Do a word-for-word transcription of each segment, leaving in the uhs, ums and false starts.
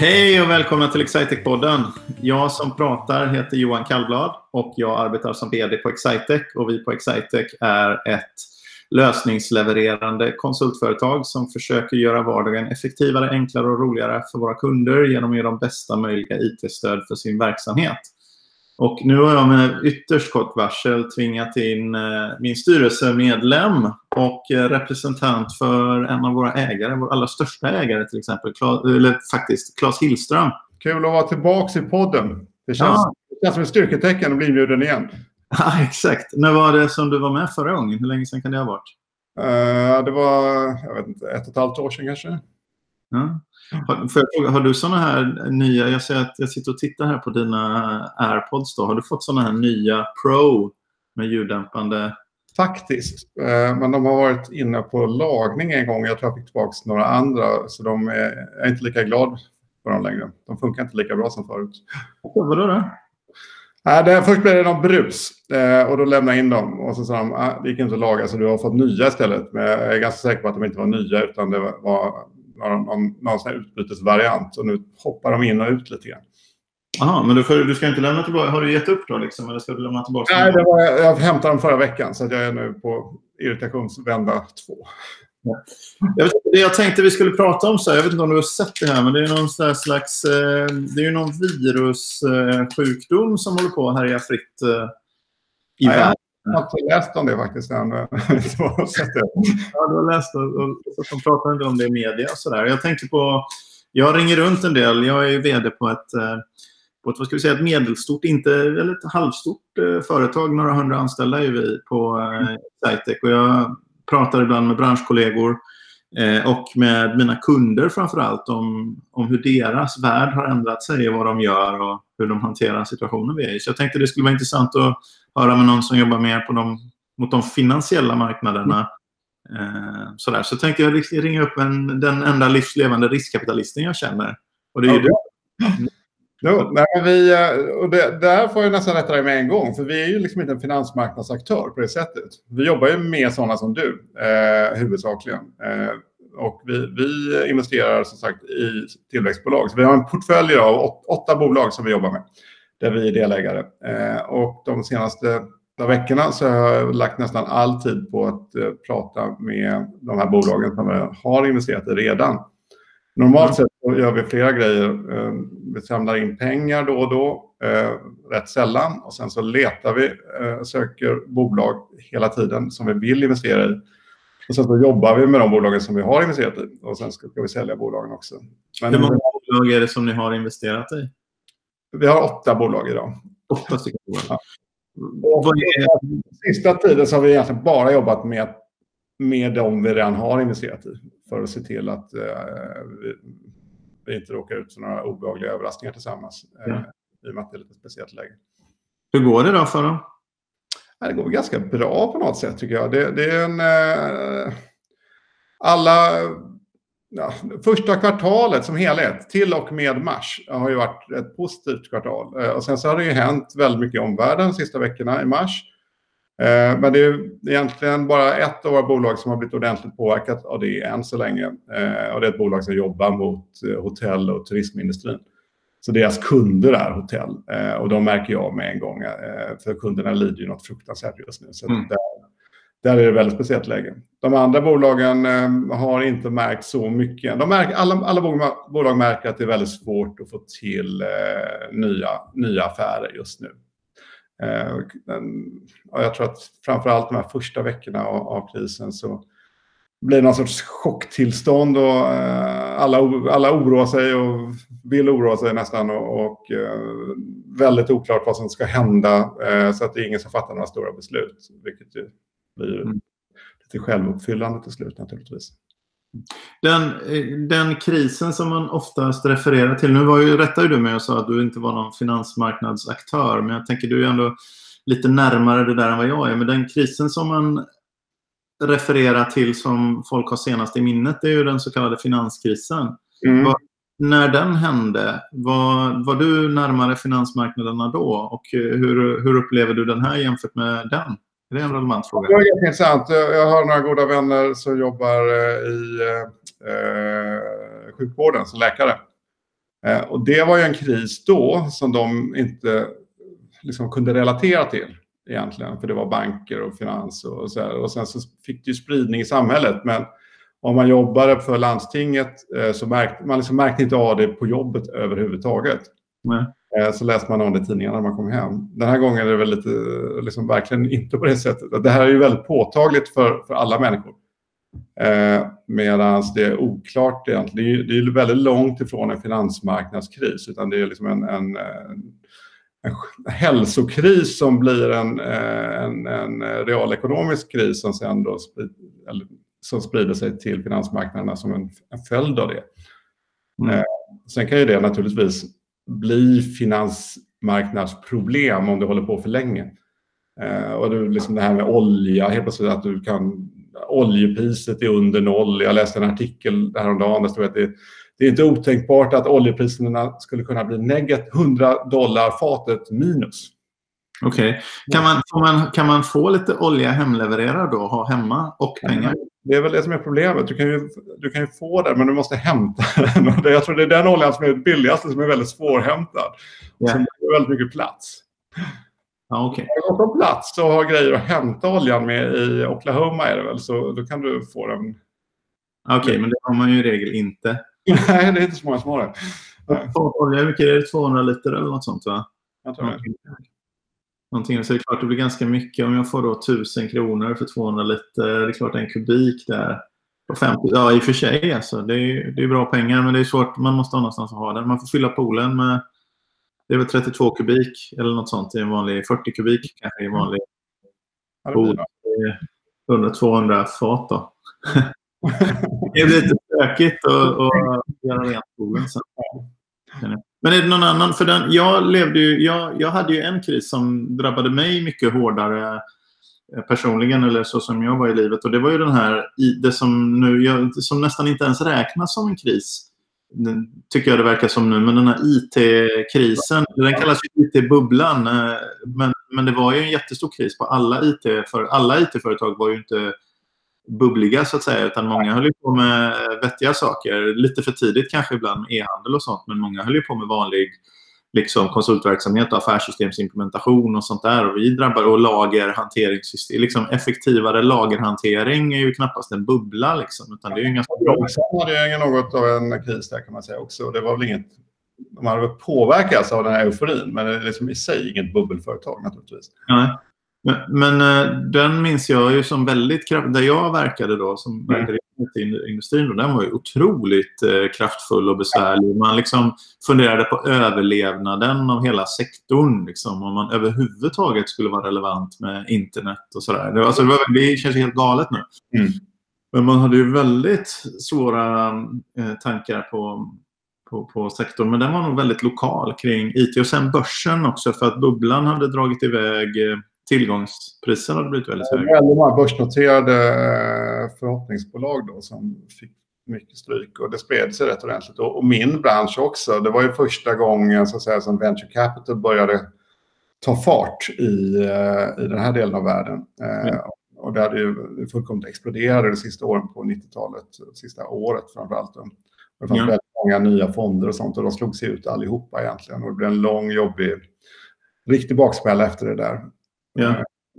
Hej och välkomna till Excitec-podden. Jag som pratar heter Johan Kallblad och jag arbetar som vd på Excitec. Och vi på Excitec är ett lösningslevererande konsultföretag som försöker göra vardagen effektivare, enklare och roligare för våra kunder genom att ge dem bästa möjliga I T-stöd för sin verksamhet. Och nu har jag med ytterst kort varsel tvingat in eh, min styrelsemedlem och eh, representant för en av våra ägare, vår allra största ägare till exempel, Kla, eller faktiskt Claes Hillström. Kul att vara tillbaka i podden. Det känns, ja. det känns som ett styrketecken att bli inbjuden igen. Ja, exakt. När var det som du var med förra gången? Hur länge sedan kan det ha varit? Uh, det var, jag vet inte, ett och ett halvt år sedan kanske. Ja. Har, för, har du såna här nya, jag ser att jag sitter och tittar här på dina AirPods då. Har du fått såna här nya Pro med ljuddämpande? Faktiskt, eh, men de har varit inne på lagning en gång. Jag tror jag fick tillbaka några andra, så de är, jag är inte lika glad för dem längre. De funkar inte lika bra som förut. Vadå då? Nej, det, först blev det någon brus eh, och då lämnade jag in dem. Och så sa de, ah, det gick inte att laga så du har fått nya istället. Men jag är ganska säker på att de inte var nya utan det var någon, någon, någon sån här utbytesvariant. Och nu hoppar de in och ut lite grann. Jaha, men du, får, du ska inte lämna tillbaka. Har du gett upp då liksom? Eller ska du lämna tillbaka? Nej, det var, jag hämtade dem förra veckan så att jag är nu på irritationsvända två. Ja. Jag, vet, det jag tänkte vi skulle prata om så här, jag vet inte om du har sett det här, men det är någon slags, eh, det är ju någon virussjukdom eh, som håller på att härja fritt eh, i Nej, världen. Jag har inte läst om det faktiskt än. Ja, du har läst och, och, och de pratar inte om det i media och sådär. Jag tänkte på, jag ringer runt en del, jag är vd på ett, på ett, vad ska vi säga, ett medelstort, inte, eller ett halvstort eh, företag, några hundra anställda är vi på eh, Excitec, och jag pratar ibland med branschkollegor eh, och med mina kunder framförallt om, om hur deras värld har ändrat sig och vad de gör och hur de hanterar situationen vi är i. Så jag tänkte det skulle vara intressant att höra med någon som jobbar mer på de, mot de finansiella marknaderna. Eh, sådär. Så tänkte jag ringa upp en, den enda livslevande riskkapitalisten jag känner. Och det är ju du. Jo, nej, vi, och det, där får jag nästan rätta dig med en gång. För vi är ju liksom inte en finansmarknadsaktör på det sättet. Vi jobbar ju med sådana som du, eh, huvudsakligen. Eh, och vi, vi investerar som sagt i tillväxtbolag. Så vi har en portfölj av åt, åtta bolag som vi jobbar med. Där vi är delägare. Eh, och de senaste veckorna så har jag lagt nästan all tid på att eh, prata med de här bolagen som har investerat i redan. Normalt sett så gör vi flera grejer. Vi samlar in pengar då och då, rätt sällan. Och sen så letar vi, söker bolag hela tiden som vi vill investera i. Och sen så jobbar vi med de bolagen som vi har investerat i. Och sen ska vi sälja bolagen också. Men hur många bolag är det som ni har investerat i? Vi har åtta bolag idag. Åtta stycken bolag. Ja. Och sista tiden så har vi egentligen bara jobbat med med de vi redan har investerat i för att se till att eh, vi, vi inte råkar ut för några obehagliga överraskningar tillsammans eh, ja. I och med att det är lite speciellt läge. Hur går det då för dem? Det går ganska bra på något sätt tycker jag. Det, det är en... Eh, alla... Ja, första kvartalet som helhet till och med mars har ju varit ett positivt kvartal. Eh, och sen så har det ju hänt väldigt mycket i omvärlden de sista veckorna i mars. Men det är egentligen bara ett av våra bolag som har blivit ordentligt påverkat av det än så länge. Och det är ett bolag som jobbar mot hotell- och turismindustrin. Så deras kunder är hotell. Och de märker jag med en gång. För kunderna lider ju något fruktansvärt just nu. Så mm. där, där är det väldigt speciellt läge. De andra bolagen har inte märkt så mycket. De märker, alla alla bolag, bolag märker att det är väldigt svårt att få till nya, nya affärer just nu. Uh, och jag tror att framförallt de här första veckorna av, av krisen så blir det någon sorts chocktillstånd och uh, alla, alla oroar sig och vill oroa sig nästan och, och uh, väldigt oklart vad som ska hända uh, så att det är ingen som fattar några stora beslut, vilket ju blir mm. lite självuppfyllande till slut naturligtvis. Den, den krisen som man oftast refererar till, nu var ju, rättade du med och sa att du inte var någon finansmarknadsaktör, men jag tänker du är ändå lite närmare det där än vad jag är, men den krisen som man refererar till som folk har senast i minnet är ju den så kallade finanskrisen. Mm. Var, när den hände, var, var du närmare finansmarknaderna då och hur, hur upplever du den här jämfört med den? Det är en relevant fråga. Det är intressant. Jag har några goda vänner som jobbar i eh, sjukvården som läkare. Eh, och det var ju en kris då som de inte liksom kunde relatera till egentligen. För det var banker och finans och så här. Och sen så fick det ju spridning i samhället. Men om man jobbade för landstinget eh, så märkte man liksom märkte inte av det på jobbet överhuvudtaget. Nej. Eh, så läste man om det i tidningarna när man kom hem. Den här gången är det väl lite, liksom verkligen inte på det sättet. Det här är ju väldigt påtagligt för, för alla människor. Eh, Medan det är oklart egentligen. Det är, det är väldigt långt ifrån en finansmarknadskris. Utan det är liksom en, en, en, en hälsokris som blir en, en, en realekonomisk kris som sen då sprid, eller, som sprider sig till finansmarknaderna som en, en följd av det. Mm. Eh, sen kan ju det naturligtvis bli finansmarknadsproblem om det håller på för länge. Eh, och det, liksom det här med olja, helt plötsligt att du kan, oljepriset är under noll. Jag läste en artikel häromdagen där stod att det, det är inte otänkbart att oljepriserna skulle kunna bli negativt hundra dollar fatet minus. Okej. Okay. Kan man, man, kan man få lite olja hemlevererad då, ha hemma och pengar? Det är väl det som är problemet. Du kan ju, du kan ju få det, men du måste hämta den. Jag tror det är den oljan som är billigast som är väldigt svårhämtad. Yeah. Som har väldigt mycket plats. Ja, okej. Okay. Om du har plats och har grejer att hämta oljan med i Oklahoma är det väl, så då kan du få den. Okej, okay, men det har man ju i regel inte. Nej, det är inte så många som har det. Olja, hur mycket är det? tvåhundra liter eller något sånt, va? Jag tror det. Någonting, så det är klart det blir ganska mycket. Om jag får då tusen kronor för tvåhundra liter, det är klart en kubik där. femtio, ja, i och för sig alltså. Det är, det är bra pengar, men det är svårt. Man måste ha någonstans att ha den. Man får fylla poolen med, det är väl trettiotvå kubik eller något sånt i en vanlig, fyrtio kubik kanske i en vanlig pool. hundra till tvåhundra fat då. Det är lite stökigt att göra rent poolen sen. Men är det någon annan? För den, jag, levde ju, jag, jag hade ju en kris som drabbade mig mycket hårdare personligen, eller så som jag var i livet. Och det var ju den här, det som, nu, jag, som nästan inte ens räknas som en kris. Den, tycker jag det verkar som nu. Men den här I T-krisen, den kallas ju I T-bubblan. Men, men det var ju en jättestor kris på alla I T. För alla I T-företag var ju inte bubbliga så att säga, utan många höll ju på med vettiga saker, lite för tidigt kanske ibland med e-handel och sånt, men många höll ju på med vanlig liksom konsultverksamhet och affärssystemsimplementation och sånt där, och vi drabbar och lagerhanteringssystem, liksom effektivare lagerhantering är ju knappast en bubbla liksom, utan det är ju ganska bra. Sen hade ju något av en kris där kan man säga också, och det var väl inget, de hade påverkats av den här euforin, men det är liksom i sig inget bubbelföretag naturligtvis. Nej. Men, men den minns jag ju som väldigt kraftig, där jag verkade då, som mm. verkade i industrin, och den var ju otroligt eh, kraftfull och besvärlig. Man liksom funderade på överlevnaden av hela sektorn, liksom, om man överhuvudtaget skulle vara relevant med internet och sådär. Det, alltså, det, var, det känns helt galet nu. Mm. Men man hade ju väldigt svåra eh, tankar på, på, på sektorn, men den var nog väldigt lokal kring I T, och sen börsen också, för att bubblan hade dragit iväg. Eh, Tillgångspriserna hade blivit väldigt höga. Det var väldigt många börsnoterade förhoppningsbolag då som fick mycket stryk, och det spred sig rätt ordentligt. Och min bransch också. Det var ju första gången så att säga, som venture capital började ta fart i, i den här delen av världen. Mm. Och det hade ju fullkomligt exploderat de sista åren på nittiotalet, sista året framförallt. Och det fanns mm. väldigt många nya fonder och sånt, och de slog sig ut allihopa egentligen. Och det blev en lång, jobbig, riktig baksmälla efter det där. Ja.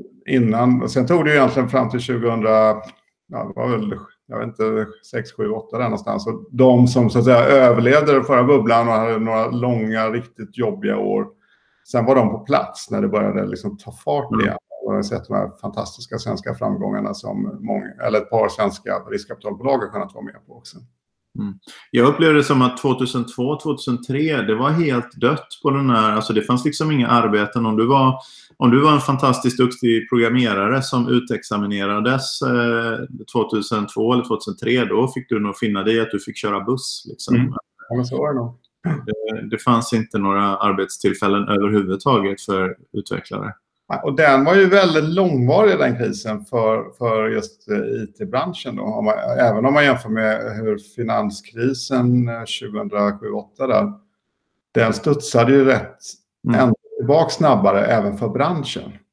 Innan, och sen tog det ju egentligen fram till tjugohundra, ja, det var väl, jag vet inte, sex, sju, åtta där någonstans. Och de som så att säga överlevde den förra bubblan och hade några långa, riktigt jobbiga år. Sen var de på plats när det började liksom ta fart igen. Mm. Och jag har sett de här fantastiska svenska framgångarna som många, eller ett par svenska riskkapitalbolag har kunnat vara med på också. Mm. Jag upplevde det som att tjugohundratvå tjugohundratre det var helt dött på den här, alltså det fanns liksom inga arbeten. Om du var, om du var en fantastiskt duktig programmerare som utexaminerades eh, tjugohundratvå eller tjugohundratre, då fick du nog finna dig i att du fick köra buss liksom. Mm. Ja, men så var det nog. Det, det fanns inte några arbetstillfällen överhuvudtaget för utvecklare. Och den var ju väldigt långvarig, den krisen, för, för just I T-branschen då. Om man, även om man jämför med hur finanskrisen tjugohundrasju åtta där, den studsade ju rätt mm. ända tillbaka snabbare även för branschen.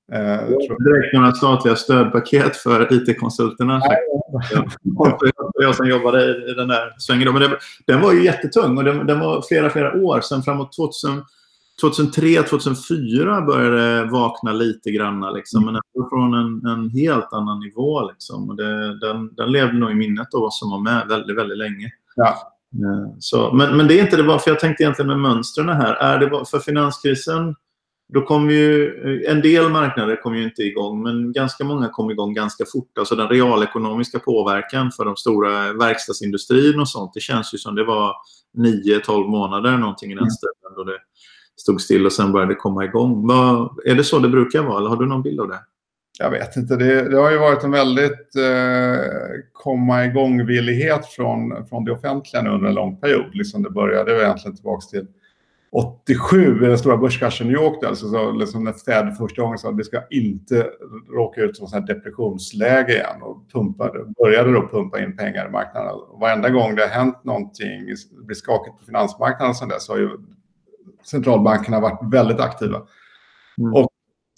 Eh, Direkt några statliga stödpaket för I T-konsulterna. Ja. Jag som jobbade i den där svängen. Men det, den var ju jättetung och den, den var flera, flera år. Sen framåt tvåtusen, tjugohundratre tjugohundrafyra började vakna lite grann. Liksom. Men ändå från en, en helt annan nivå. Liksom. Och det, den, den levde nog i minnet av oss som var med väldigt, väldigt länge. Ja. Så, men, men det är inte det bara, för jag tänkte egentligen med mönstren här. Är det bara för finanskrisen? Då kom ju, en del marknader kom ju inte igång, men ganska många kom igång ganska fort. Alltså den realekonomiska påverkan för de stora verkstadsindustrin och sånt, det känns ju som det var nio tolv månader någonting i den ställen då det stod still och sen började det komma igång. Vad, är det så det brukar vara, eller har du någon bild av det? Jag vet inte, det, det har ju varit en väldigt eh, komma igång-villighet från, från det offentliga under en lång period. Liksom det började egentligen tillbaka till åttiosju, den stora börskraschen i New York. Alltså, så, liksom när Fed första gången sa att vi ska inte råka ut som ett depressionsläge igen. Och pumpade, började då pumpa in pengar i marknaden. Och varenda gång det har hänt någonting, det blir skakigt på finansmarknaden sedan dess, så har ju centralbankerna varit väldigt aktiva. Mm. Och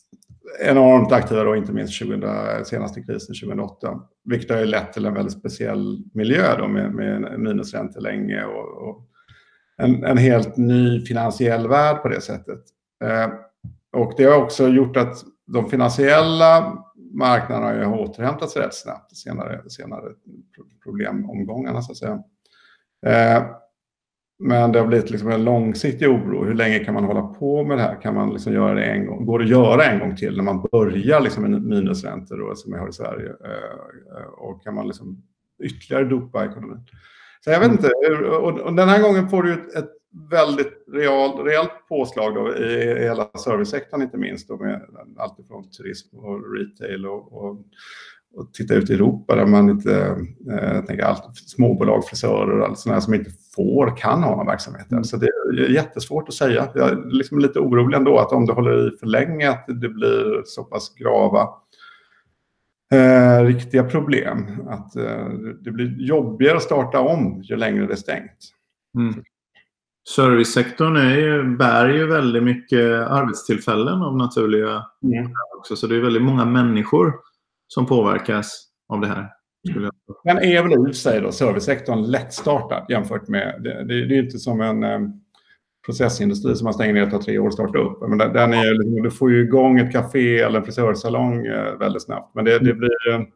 enormt aktiva då, inte minst tjugo, senaste krisen tjugohundraåtta. Vilket har ju lett till en väldigt speciell miljö då, med, med minusräntor länge och, och en, en helt ny finansiell värld på det sättet. Eh, och det har också gjort att de finansiella marknaderna har återhämtat sig rätt snabbt senare, senare problemomgångarna så att säga. Eh, Men det har blivit liksom en långsiktig oro. Hur länge kan man hålla på med det här? Kan man liksom göra det en gång? Går det att göra en gång till när man börjar liksom en minusräntor då, som vi har i Sverige? Och kan man liksom ytterligare dopa ekonomin? Så jag vet inte. Och den här gången får du ett väldigt real, reellt påslag då, i hela servicesektorn inte minst. Då, med allt från turism och retail och... och och titta ut i Europa där man inte, eh, tänker allt, småbolag, frisörer och allt sådana som inte får, kan ha någon verksamhet där. Så det är jättesvårt att säga. Jag är liksom lite orolig ändå att om det håller i för länge att det blir så pass grava eh, riktiga problem. Att eh, det blir jobbigare att starta om ju längre det är stängt. Mm. Servicesektorn är ju, bär ju väldigt mycket arbetstillfällen av naturliga mm. också. Så det är väldigt många människor som påverkas av det här. Skulle jag... Men är väl i sig då servicesektorn lättstartad jämfört med, det, det, det är inte som en eh, processindustri som man stänger ner och tar tre år att starta upp. Men den, den är, liksom, du får ju igång ett café eller en frisörsalong eh, väldigt snabbt. Men det, det blir, eh,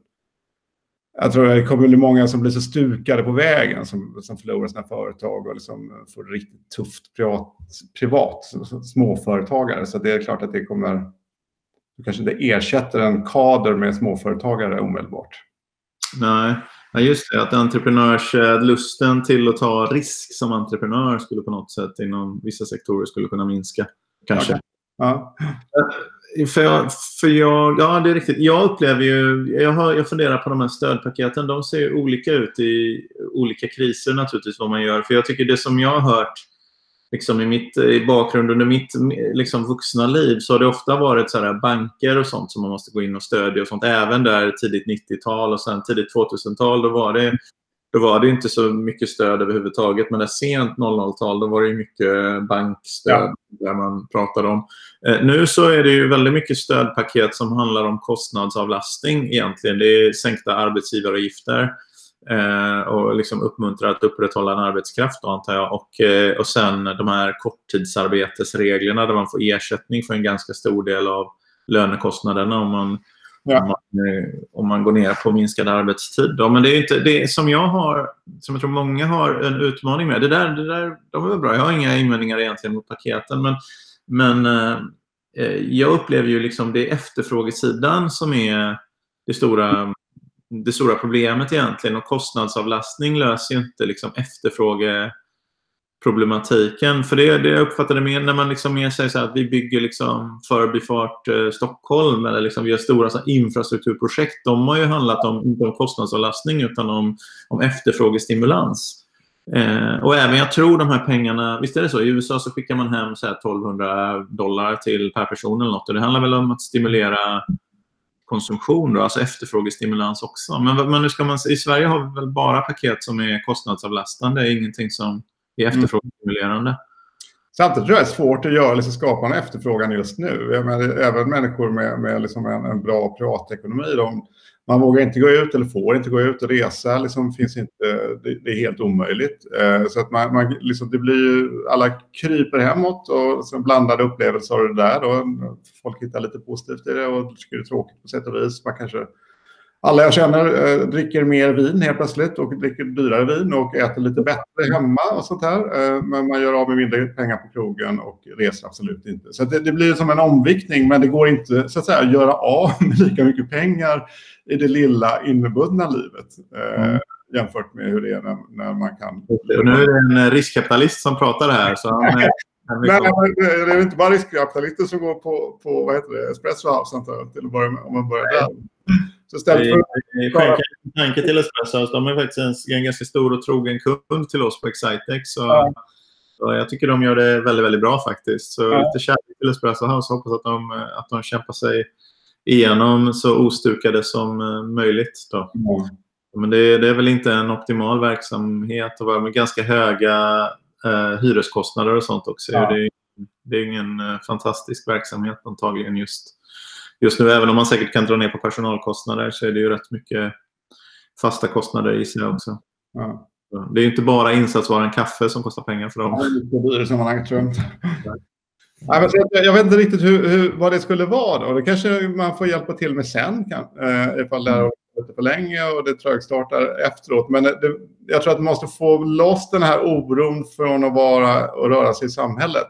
jag tror det kommer bli många som blir så stukade på vägen som, som förlorar sina företag och liksom får det riktigt tufft privat, privat småföretagare. Så det är klart att det kommer... Du kanske inte ersätter en kader med småföretagare omedelbart. Nej, ja, just det. Att entreprenörslusten till att ta risk som entreprenör skulle på något sätt inom vissa sektorer skulle kunna minska. Kanske. Ja. Ja. För, jag, för jag, ja, det är riktigt. Jag upplever ju, jag, har, jag funderar på de här stödpaketen. De ser ju olika ut i olika kriser naturligtvis vad man gör. För jag tycker det som jag har hört liksom i, mitt, i bakgrund under mitt liksom, vuxna liv så har det ofta varit så här banker och sånt som man måste gå in och stödja och sånt. Även där tidigt nittiotal och sen tidigt tvåtusental då var det, då var det inte så mycket stöd överhuvudtaget. Men där sent noll noll-tal då var det mycket bankstöd ja. Där man pratade om. Eh, nu så är det ju väldigt mycket stödpaket som handlar om kostnadsavlastning egentligen. Det är sänkta arbetsgivaravgifter. Eh, och liksom uppmuntrar att upprätthålla en arbetskraft då, antar jag. Och, eh, och sen de här korttidsarbetesreglerna där man får ersättning för en ganska stor del av lönekostnaderna om man, ja. om man, eh, om man går ner på minskad arbetstid. Då. Men det är inte det som jag har, som jag tror många har en utmaning med. Det där, det där de är väl bra. Jag har inga invändningar egentligen mot paketen. Men, men eh, jag upplever ju liksom det efterfrågesidan som är det stora... det stora problemet egentligen, och kostnadsavlastning löser ju inte liksom efterfrågeproblematiken. För det, det jag uppfattade mer när man liksom mer säger så här att vi bygger liksom förbifart eh, Stockholm eller liksom vi har stora så här, infrastrukturprojekt. De har ju handlat om, inte om kostnadsavlastning utan om, om efterfrågestimulans. Eh, och även jag tror de här pengarna, visst är det så, i U S A så skickar man hem så här tolvhundra dollar till per person eller något. Och det handlar väl om att stimulera konsumtion då, alltså efterfrågestimulans också. Men, men nu ska man, i Sverige har vi väl bara paket som är kostnadsavlastande, ingenting som är efterfrågestimulerande. Samtidigt tror jag det är svårt att göra, liksom skapa en efterfrågan just nu. Jag menar, även människor med, med liksom en, en bra privatekonomi, de, man vågar inte gå ut eller får inte gå ut och resa. Liksom finns inte, det, det är helt omöjligt. Eh, så att man, man, liksom, det blir ju, alla kryper hemåt och sen blandade upplevelser av det där. Och folk hittar lite positivt i det och tycker det är tråkigt på sätt och vis. Man kanske... Alla jag känner eh, dricker mer vin helt plötsligt och dricker dyrare vin och äter lite bättre hemma och sånt här. Eh, men man gör av med mindre pengar på krogen och reser absolut inte. Så det, det blir som en omviktning, men det går inte så att säga att göra av med lika mycket pengar i det lilla innebundna livet. Eh, mm. Jämfört med hur det är när, när man kan... Och nu är det en riskkapitalist som pratar här. Så han är... Nej, det är inte bara riskkapitalister som går på, på vad heter det, Espresso House, till att börja med, om man börjar där. Så istället för... Skänka en tanke till Espresso House. De är faktiskt en, en ganska stor och trogen kund till oss på Excitex. Så, ja. Så jag tycker de gör det väldigt, väldigt bra faktiskt. Så ja. Lite kärlek till Espresso House. Hoppas att de, att de kämpar sig igenom så ostukade som möjligt då. Mm. Men det, det är väl inte en optimal verksamhet att vara med ganska höga eh, hyreskostnader och sånt också. Ja. Det, är, det är ingen eh, fantastisk verksamhet antagligen just, just nu. Även om man säkert kan dra ner på personalkostnader så är det ju rätt mycket fasta kostnader i sig också. Ja. Det är ju inte bara insatsvaran kaffe som kostar pengar för dem. Det är dyrt sammanhanget, tror jag. Nej, men jag vet inte riktigt hur, hur, vad det skulle vara då. Det kanske man får hjälpa till med sen kan, eh, ifall det är lite för länge och det trögstartar efteråt. Men det, jag tror att man måste få loss den här oron från att vara och röra sig i samhället.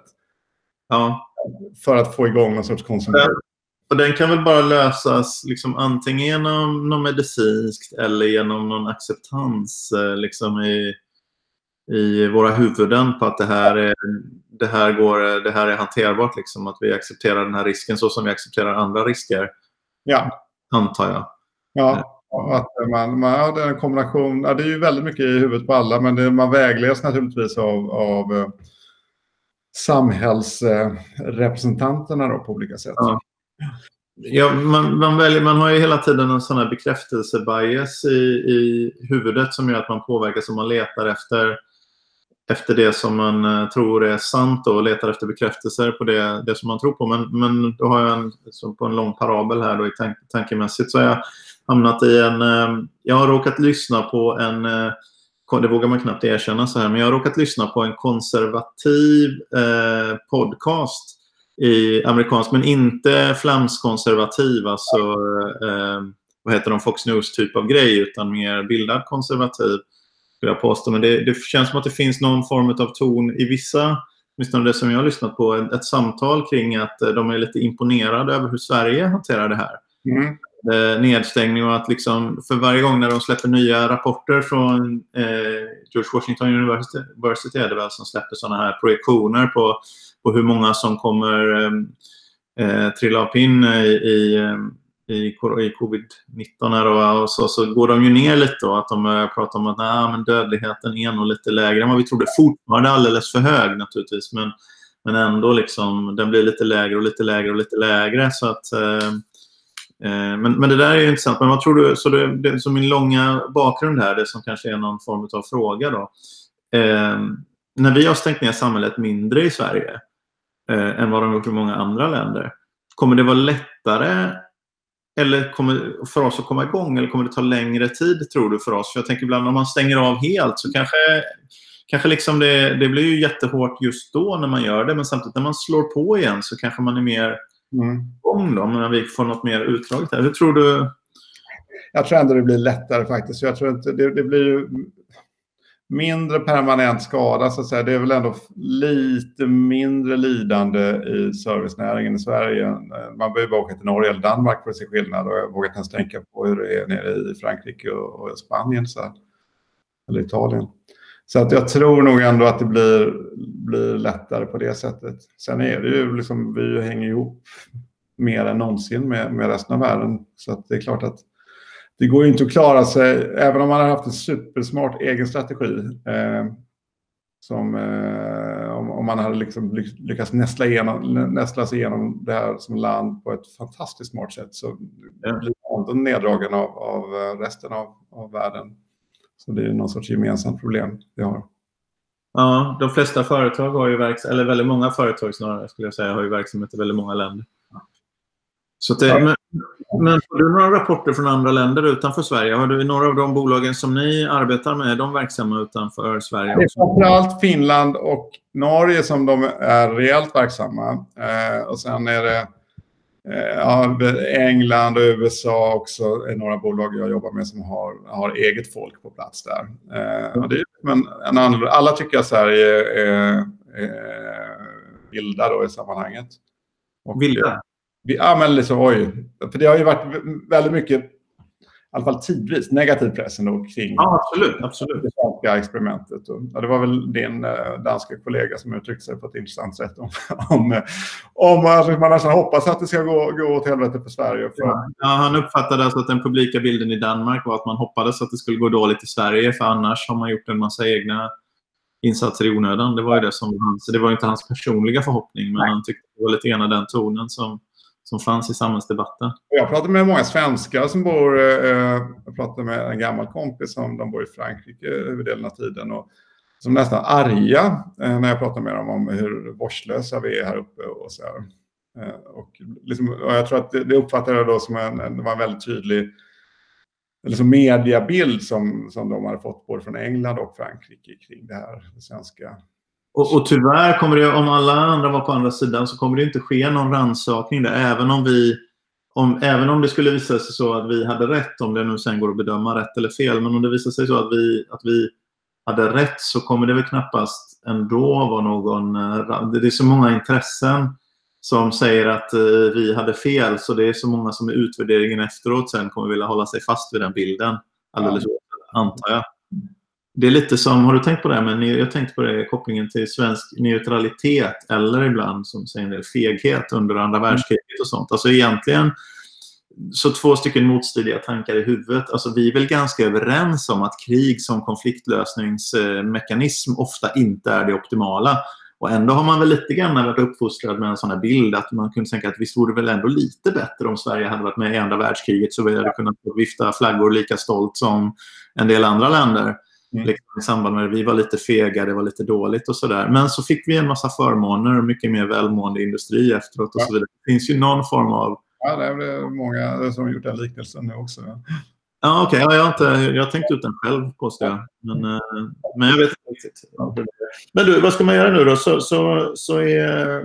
Ja. För att få igång någon sorts konsumtion. Och den kan väl bara lösas liksom, antingen genom något medicinskt eller genom någon acceptans liksom, i, i våra huvuden på att det här är, det här går, det här är hanterbart. Liksom, att vi accepterar den här risken så som vi accepterar andra risker. Ja. Antar jag. Ja, att man, man har en kombination. Ja, det är ju väldigt mycket i huvudet på alla, men det, man vägleds naturligtvis av, av eh, samhällsrepresentanterna då, på olika sätt. Ja. Ja, man, man, väljer, man har ju hela tiden en sån här bekräftelsebias i, i huvudet som gör att man påverkas och man letar efter, efter det som man uh, tror är sant och letar efter bekräftelser på det, det som man tror på. Men, men då har jag en, så på en lång parabel här då i tank, tankemässigt så har jag hamnat i en... Uh, jag har råkat lyssna på en... Uh, det vågar man knappt erkänna så här, men jag har råkat lyssna på en konservativ uh, podcast i amerikansk, men inte flamskonservativ, alltså eh, vad heter de, Fox News typ av grej, utan mer bildad konservativ, skulle jag påstå. Men det, det känns som att det finns någon form av ton i vissa, åtminstone det som jag har lyssnat på, ett, ett samtal kring att eh, de är lite imponerade över hur Sverige hanterar det här. Mm. Eh, nedstängning och att liksom, för varje gång när de släpper nya rapporter från eh, George Washington University, University är det väl, som släpper sådana här projektioner på på hur många som kommer eh, trilla upp in i, i, i, i covid nitton här och, och så, så går de ju ner lite då, att de pratar om att nej, men dödligheten är nog lite lägre än vad vi trodde. Fortfarande alldeles för hög naturligtvis, men, men ändå liksom, den blir lite lägre och lite lägre och lite lägre. Så att, eh, eh, men, men det där är ju intressant. Men vad tror du, så det, det, så min långa bakgrund här, det som kanske är någon form av fråga då. Eh, när vi har stängt ner samhället mindre i Sverige eh, än vad de gjort i många andra länder, kommer det vara lättare eller kommer för oss att komma igång, eller kommer det ta längre tid, tror du, för oss? För jag tänker ibland om man stänger av helt så kanske, kanske liksom det, det blir ju jättehårt just då när man gör det, men samtidigt när man slår på igen så kanske man är mer mm. igång då, när vi får något mer utdraget här. Hur tror du? Jag tror ändå det blir lättare faktiskt. Jag tror inte, det, det blir ju mindre permanent skada, så att säga. Det är väl ändå lite mindre lidande i servicenäringen i Sverige. Man behöver åka till Norge eller Danmark för att se skillnad, och jag vågar inte ens tänka på hur det är nere i Frankrike och, och Spanien så här. Eller Italien. Så att jag tror nog ändå att det blir, blir lättare på det sättet. Sen är det ju liksom, vi hänger ihop mer än någonsin med, med resten av världen, så att det är klart att det går ju inte att klara sig, även om man har haft en supersmart egen strategi. Eh, som, eh, om, om man hade liksom lyckats nästla, igenom, nästla sig igenom det här som land på ett fantastiskt smart sätt, så blir man neddragen av, av resten av, av världen. Så det är någon sorts gemensamt problem vi har. Ja, de flesta företag har ju verksamhet, eller väldigt många företag snarare skulle jag säga, har ju verksamhet i väldigt många länder. Så det, men, men har du några rapporter från andra länder utanför Sverige? Har du några av de bolagen som ni arbetar med, är de verksamma utanför Sverige? Det är framförallt Finland och Norge som de är rejält verksamma. Eh, och sen är det eh, ja, England och U S A också är några bolag jag jobbar med som har, har eget folk på plats där. Eh, och det, men en annan, alla tycker att Sverige är, är vilda då i sammanhanget. Och vilda? Ja, men liksom, oj. För det har ju varit väldigt mycket, i alla fall tidvis, negativ press ändå kring ja, absolut, absolut. det svenska experimentet. Och, ja, det var väl din eh, danska kollega som uttryckte sig på ett intressant sätt om, om, om alltså, man nästan hoppas att det ska gå, gå åt helvete för Sverige. För... Ja, ja, han uppfattade alltså att den publika bilden i Danmark var att man hoppades att det skulle gå dåligt i Sverige, för annars har man gjort en massa egna insatser i onödan. Det var ju det som hans, det var inte hans personliga förhoppning, men Nej. han tyckte det var lite grann den tonen som som fanns i samhällsdebatten. Jag pratade med många svenskar som bor, eh, jag pratade med en gammal kompis som de bor i Frankrike huvuddelen av tiden och som nästan arga eh, när jag pratade med dem om hur vårdslösa vi är här uppe och så här. Eh, och, liksom, och jag tror att det, det uppfattade jag då som en, en, det var en väldigt tydlig liksom mediabild som, som de hade fått både från England och Frankrike kring det här, det svenska. Och, och tyvärr kommer det, om alla andra var på andra sidan, så kommer det inte ske någon rannsakning där, även om vi om, även om det skulle visa sig så att vi hade rätt, om det nu sen går att bedöma rätt eller fel, men om det visar sig så att vi, att vi hade rätt, så kommer det väl knappast ändå vara någon, det är så många intressen som säger att uh, vi hade fel, så det är så många som i utvärderingen efteråt sen kommer vilja hålla sig fast vid den bilden, alldeles ja. antar jag. Det är lite som, har du tänkt på det? Men jag tänkte på det, kopplingen till svensk neutralitet eller ibland som säger en del feghet under andra världskriget och sånt. Alltså egentligen så två stycken motstridiga tankar i huvudet. Alltså vi är väl ganska överens om att krig som konfliktlösningsmekanism ofta inte är det optimala. Och ändå har man väl lite grann varit uppfostrad med en sån här bild att man kunde tänka att visst vore det väl ändå lite bättre om Sverige hade varit med i andra världskriget, så vi hade kunnat vifta flaggor lika stolt som en del andra länder. Mm. Liksom i samband med att vi var lite fega, det var lite dåligt och sådär. Men så fick vi en massa förmåner och mycket mer välmående industri efteråt och ja. så vidare. Det finns ju någon form av... Ja, det är många som har gjort den liknelsen nu också. Ja, ja okej. Okay. Ja, jag har inte, jag har tänkt ut den själv, påstår jag. Men, men jag vet inte riktigt. Men du, vad ska man göra nu då? Så, så, så är...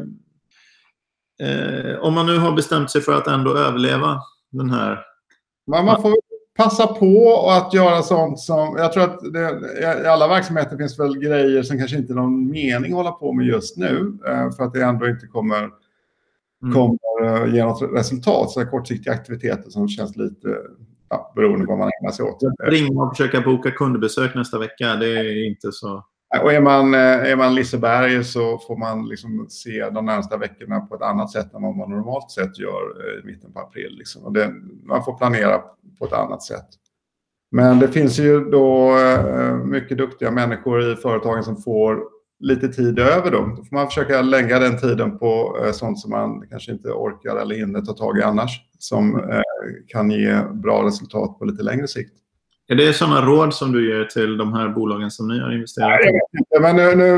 Eh, om man nu har bestämt sig för att ändå överleva den här... Men man får passa på att göra sånt som... Jag tror att det, i alla verksamheter finns väl grejer som kanske inte är någon mening att hålla på med just nu. För att det ändå inte kommer, mm. kommer ge något resultat. Så kortsiktiga aktiviteter som känns lite ja, beroende på vad man ägnar sig åt. Ringa och försöka boka kundbesök nästa vecka. Det är inte så... Och är man, är man Liseberg så får man liksom se de närmaste veckorna på ett annat sätt än vad man normalt sett gör i mitten på april. Liksom. Och det, man får planera på ett annat sätt. Men det finns ju då mycket duktiga människor i företagen som får lite tid över dem. Då får man försöka lägga den tiden på sånt som man kanske inte orkar eller hinner ta tag i annars. Som kan ge bra resultat på lite längre sikt. Är det sådana råd som du ger till de här bolagen som ni har investerat i? Jag vet inte, men nu, nu,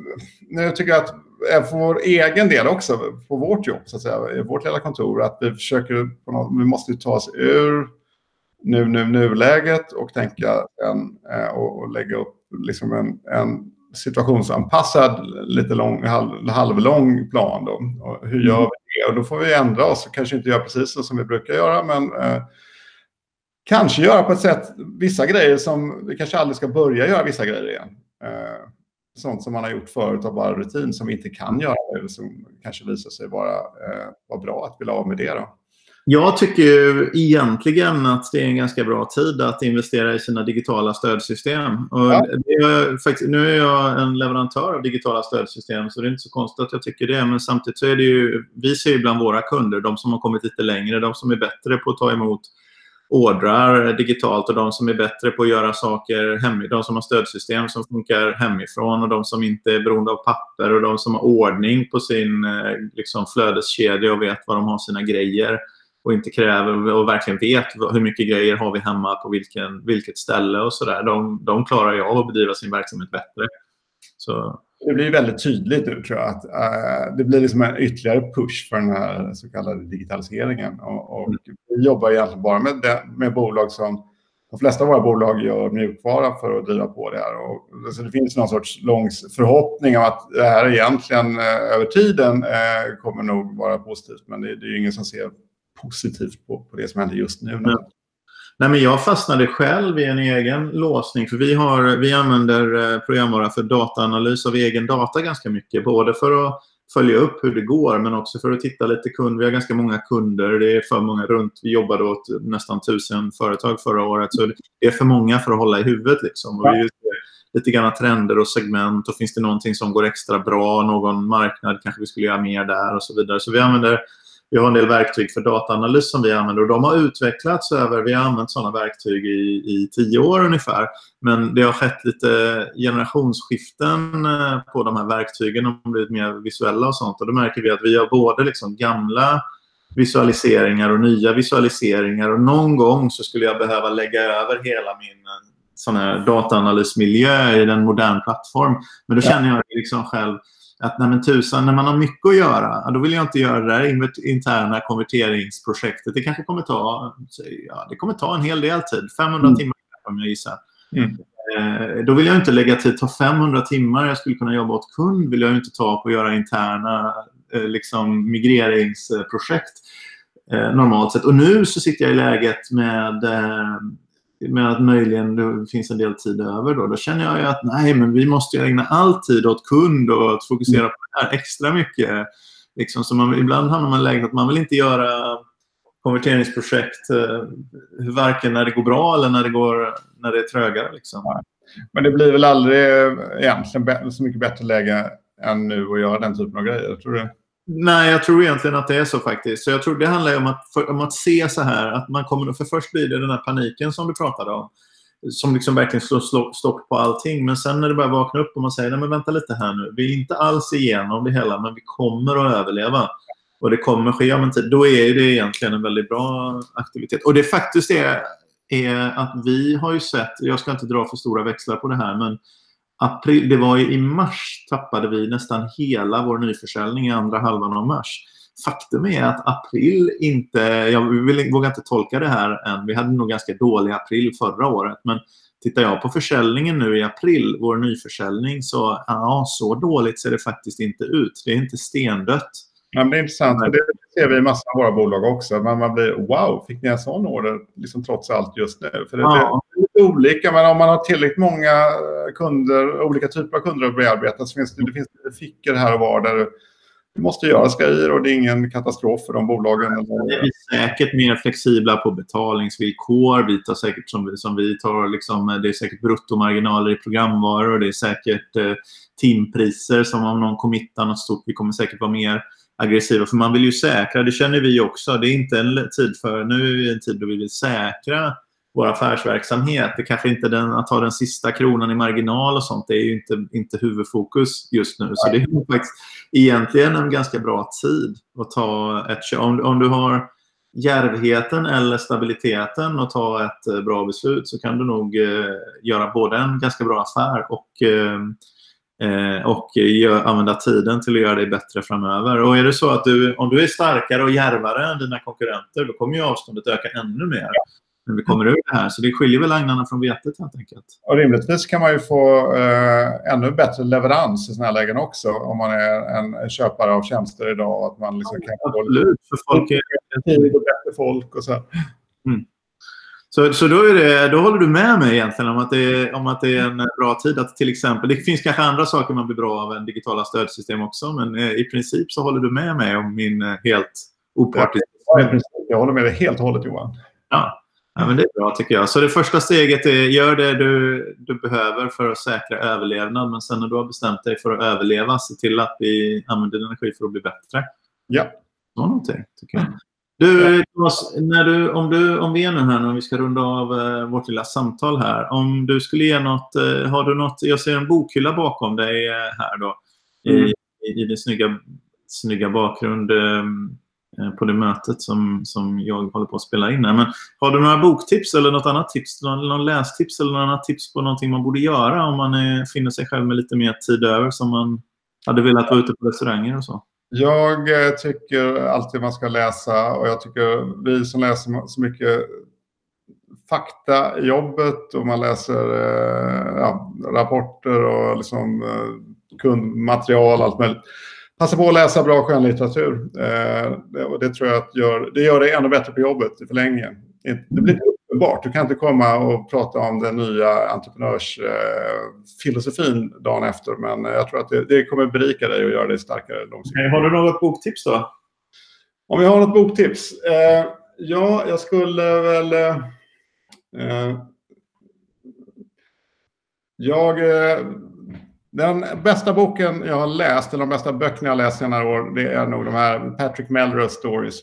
nu tycker jag att för vår egen del också, på vårt jobb, så att säga, i vårt lilla kontor, att vi försöker, på något, vi måste ta oss ur nu, nu, nu-läget och tänka en, och, och lägga upp liksom en, en situationsanpassad, lite lång, halv, halvlång plan. Då. Och hur gör vi det? Och då får vi ändra oss, kanske inte göra precis så som vi brukar göra, men... Eh, Kanske göra på ett sätt vissa grejer som vi kanske aldrig ska börja göra vissa grejer igen. Eh, sånt som man har gjort förut av bara rutin som vi inte kan göra nu, som kanske visar sig vara, eh, vara bra att vilja av med det då. Jag tycker ju egentligen att det är en ganska bra tid att investera i sina digitala stödsystem. Och ja. det är, faktiskt, nu är jag en leverantör av digitala stödsystem, så det är inte så konstigt att jag tycker det. Men samtidigt så är det ju, vi ser ju bland våra kunder, de som har kommit lite längre, de som är bättre på att ta emot ordrar digitalt och de som är bättre på att göra saker hemifrån, de som har stödsystem som funkar hemifrån och de som inte är beroende av papper och de som har ordning på sin liksom, flödeskedja och vet var de har sina grejer och inte kräver och verkligen vet hur mycket grejer har vi hemma på vilken, vilket ställe och sådär. De, de klarar ju av att bedriva sin verksamhet bättre. Så... Det blir väldigt tydligt nu, tror jag, att uh, det blir liksom en ytterligare push för den här så kallade digitaliseringen. Och, och mm. vi jobbar egentligen bara med, det, med bolag som, de flesta av våra bolag gör mjukvara för att driva på det här. Och, så det finns någon sorts lång förhoppning om att det här egentligen uh, över tiden uh, kommer nog vara positivt. Men det, det är ju ingen som ser positivt på, på det som händer just nu. Mm. Nej, men jag fastnade själv i en egen låsning, för vi, har, vi använder programvara för dataanalys av egen data ganska mycket, både för att följa upp hur det går men också för att titta lite kund. Vi har ganska många kunder, det är för många runt, vi jobbade åt nästan tusen företag förra året, så det är för många för att hålla i huvudet liksom. Och vi ser lite grann trender och segment, och finns det någonting som går extra bra, någon marknad kanske vi skulle göra mer där och så vidare. Så vi använder Vi har en del verktyg för dataanalys som vi använder, och de har utvecklats över, vi har använt sådana verktyg i, i tio år ungefär. Men det har skett lite generationsskiften på de här verktygen, de har blivit mer visuella och sånt. Och då märker vi att vi har både liksom gamla visualiseringar och nya visualiseringar. Och någon gång så skulle jag behöva lägga över hela min sån här dataanalysmiljö i en modern plattform. Men då känner jag liksom själv att nej men tusan, när man har mycket att göra, då vill jag inte göra det där interna konverteringsprojektet. Det kanske kommer ta, ja, det kommer ta en hel del tid. femhundra mm. timmar om jag gissar. Mm. Eh, då vill jag inte lägga tid, ta femhundra timmar jag skulle kunna jobba åt kund, vill jag inte ta på att göra interna eh, liksom migreringsprojekt eh, normalt sett. Och nu så sitter jag i läget med... Eh, med att möjligen det finns en del tid över då, då känner jag ju att nej, men vi måste ägna all tid åt kund och att fokusera på det här extra mycket. Liksom, så man, ibland hamnar man i läget att man vill inte göra konverteringsprojekt eh, varken när det går bra eller när det, går, när det är trögare. Liksom. Ja. Men det blir väl aldrig egentligen så mycket bättre läge än nu att göra den typen av grejer, tror du? Nej, jag tror egentligen att det är så faktiskt. Så jag tror det handlar om att, för, om att se så här, att man kommer, för först blir det den här paniken som du pratade om, som liksom verkligen slår, slår stopp på allting. Men sen när det börjar vakna upp och man säger, nej men vänta lite här nu, vi är inte alls igenom det hela, men vi kommer att överleva. Och det kommer ske om en tid. Då är det egentligen en väldigt bra aktivitet. Och det faktiskt är, är att vi har ju sett, jag ska inte dra för stora växlar på det här, men april, det var ju i mars tappade vi nästan hela vår nyförsäljning i andra halvan av mars. Faktum är att april inte, jag vill, vågar inte tolka det här än, vi hade nog ganska dålig april förra året, men tittar jag på försäljningen nu i april, vår nyförsäljning, så ja, så dåligt ser det faktiskt inte ut. Det är inte stendött. Ja, men det är intressant, för det ser vi i massa av våra bolag också. Men man blir, wow, fick ni en sån order liksom trots allt just nu? För det, ja. det är lite olika, men om man har tillräckligt många kunder, olika typer av kunder att bearbeta, så finns det, det finns det fickor här och var där det måste göras grejer, och det är ingen katastrof för de bolagen. Vi är säkert mer flexibla på betalningsvillkor. Vi tar säkert som vi, som vi tar, liksom, det är säkert bruttomarginaler i programvaror, det är säkert eh, timpriser som om någon committar något stort. Vi kommer säkert vara mer aggressiva, för man vill ju säkra, det känner vi också. Det är inte en tid för, nu är det en tid då vi vill säkra vår affärsverksamhet. Det kanske inte den, att ta den sista kronan i marginal och sånt, det är ju inte, inte huvudfokus just nu. Så det är faktiskt egentligen en ganska bra tid att ta ett, om, om du har djärvheten eller stabiliteten att ta ett bra beslut, så kan du nog eh, göra både en ganska bra affär och eh, och gör, använda tiden till att göra det bättre framöver. Och är det så att du, om du är starkare och djärvare än dina konkurrenter, då kommer ju avståndet öka ännu mer när vi kommer ur det här. Så det skiljer väl agnarna från vetet helt enkelt. Och rimligtvis kan man ju få eh, ännu bättre leverans i såna här lägen också, om man är en köpare av tjänster idag. Att man liksom ja, kan absolut, få för folk är tid och bättre folk och så. Mm. Så, så då, är det, då håller du med mig egentligen om att, det är, om att det är en bra tid att till exempel, det finns kanske andra saker man blir bra av än digitala stödsystem också, men i princip så håller du med mig om min helt opartiska. Ja, jag håller med dig helt och hållet, Johan. Ja. Ja, men det är bra tycker jag. Så det första steget är, gör det du, du behöver för att säkra överlevnad, men sen när du har bestämt dig för att överleva, se till att vi använder energi för att bli bättre. Ja. Så någonting tycker jag. Du, när du, om, du, om vi är nu här när vi ska runda av eh, vårt lilla samtal här, om du skulle ge något, eh, har du något, jag ser en bokhylla bakom dig eh, här då, mm. i, i, i din snygga, snygga bakgrund. Eh, på det mötet som, som jag håller på att spela in här. Men har du några boktips eller något annat tips, någon, någon lästips eller något annat tips på någonting man borde göra om man är, finner sig själv med lite mer tid över som man hade velat vara ute på restauranger och så? Jag eh, tycker alltid man ska läsa, och jag tycker vi som läser så mycket fakta i jobbet och man läser eh, ja, rapporter och liksom, eh, kundmaterial, allt möjligt. Passa på att läsa bra skönlitteratur. Eh, det, det tror jag att gör, det gör det ännu bättre på jobbet i förlängningen. Det blir uppenbart. Du kan inte komma och prata om den nya entreprenörsfilosofin eh, dagen efter, men jag tror att det, det kommer berika dig och göra dig starkare långsiktigt. Har du något boktips då? Om jag har något boktips? Eh, ja, jag skulle väl... Eh, jag... Eh, Den bästa boken jag har läst, eller de bästa böckerna jag har läst senare år, det är nog de här Patrick Melrose Stories.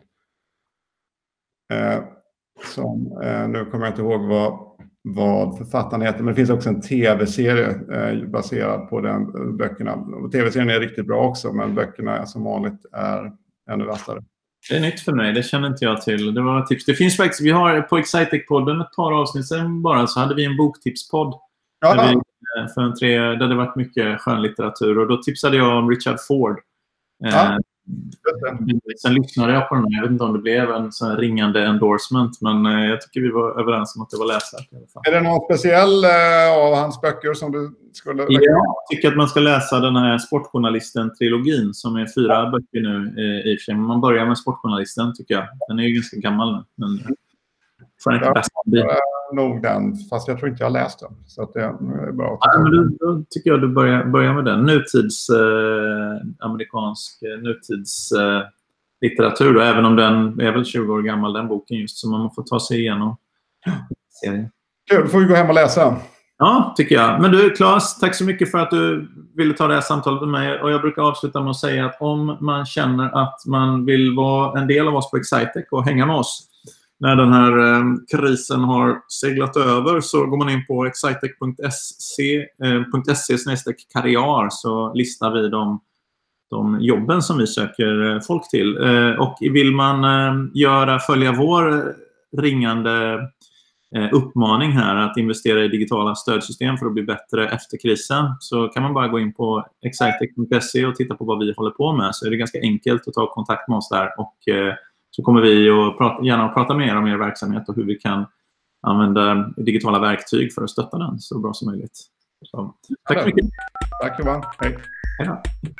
Eh, som, eh, nu kommer jag inte ihåg vad, vad författaren heter, men det finns också en tv-serie eh, baserad på den böckerna. Och tv-serien är riktigt bra också, men böckerna som vanligt är ännu vassare. Det är nytt för mig, det känner inte jag till. Det var ett tips. Det finns faktiskt, vi har på Excitec-podden ett par avsnitt sedan bara, så hade vi en boktipspodd. Ja. Där, vi, för en tre, där det varit mycket skönlitteratur. Och då tipsade jag om Richard Ford. Ja. Eh, sen lyssnade jag på den. Jag vet inte om det blev en sån här ringande endorsement. Men eh, jag tycker vi var överens om att det var läsvärt i alla fall. Är det någon speciell eh, av hans böcker som du skulle... Ja, jag tycker att man ska läsa den här Sportjournalisten-trilogin som är fyra ja. böcker nu eh, i och för sig. Men man börjar med Sportjournalisten tycker jag. Den är ju ganska gammal nu. Men Frank ja, Bassby. Nog den, fast jag tror inte jag har läst den. Så att det är bra. Ja, men då, då tycker jag du börjar, börjar med den. Nutids, eh, amerikansk eh, nutids eh, litteratur. Då, även om den är väl tjugo år gammal, den boken just. Så man får ta sig igenom serien. Kul, då får vi gå hem och läsa. Ja, tycker jag. Men du, Claes, tack så mycket för att du ville ta det här samtalet med mig. Och jag brukar avsluta med att säga att om man känner att man vill vara en del av oss på Excitec och hänga med oss när den här eh, krisen har seglat över, så går man in på excitec punkt se snedstreck karriär, så listar vi de, de jobben som vi söker folk till. Eh, och vill man eh, göra, följa vår ringande eh, uppmaning här att investera i digitala stödsystem för att bli bättre efter krisen, så kan man bara gå in på excitec punkt se och titta på vad vi håller på med. Så är det ganska enkelt att ta kontakt med oss där, och eh, så kommer vi att prata, gärna att prata mer om er verksamhet och hur vi kan använda digitala verktyg för att stötta den så bra som möjligt. Så, tack så mycket. Tack så mycket. Hej. Hej då.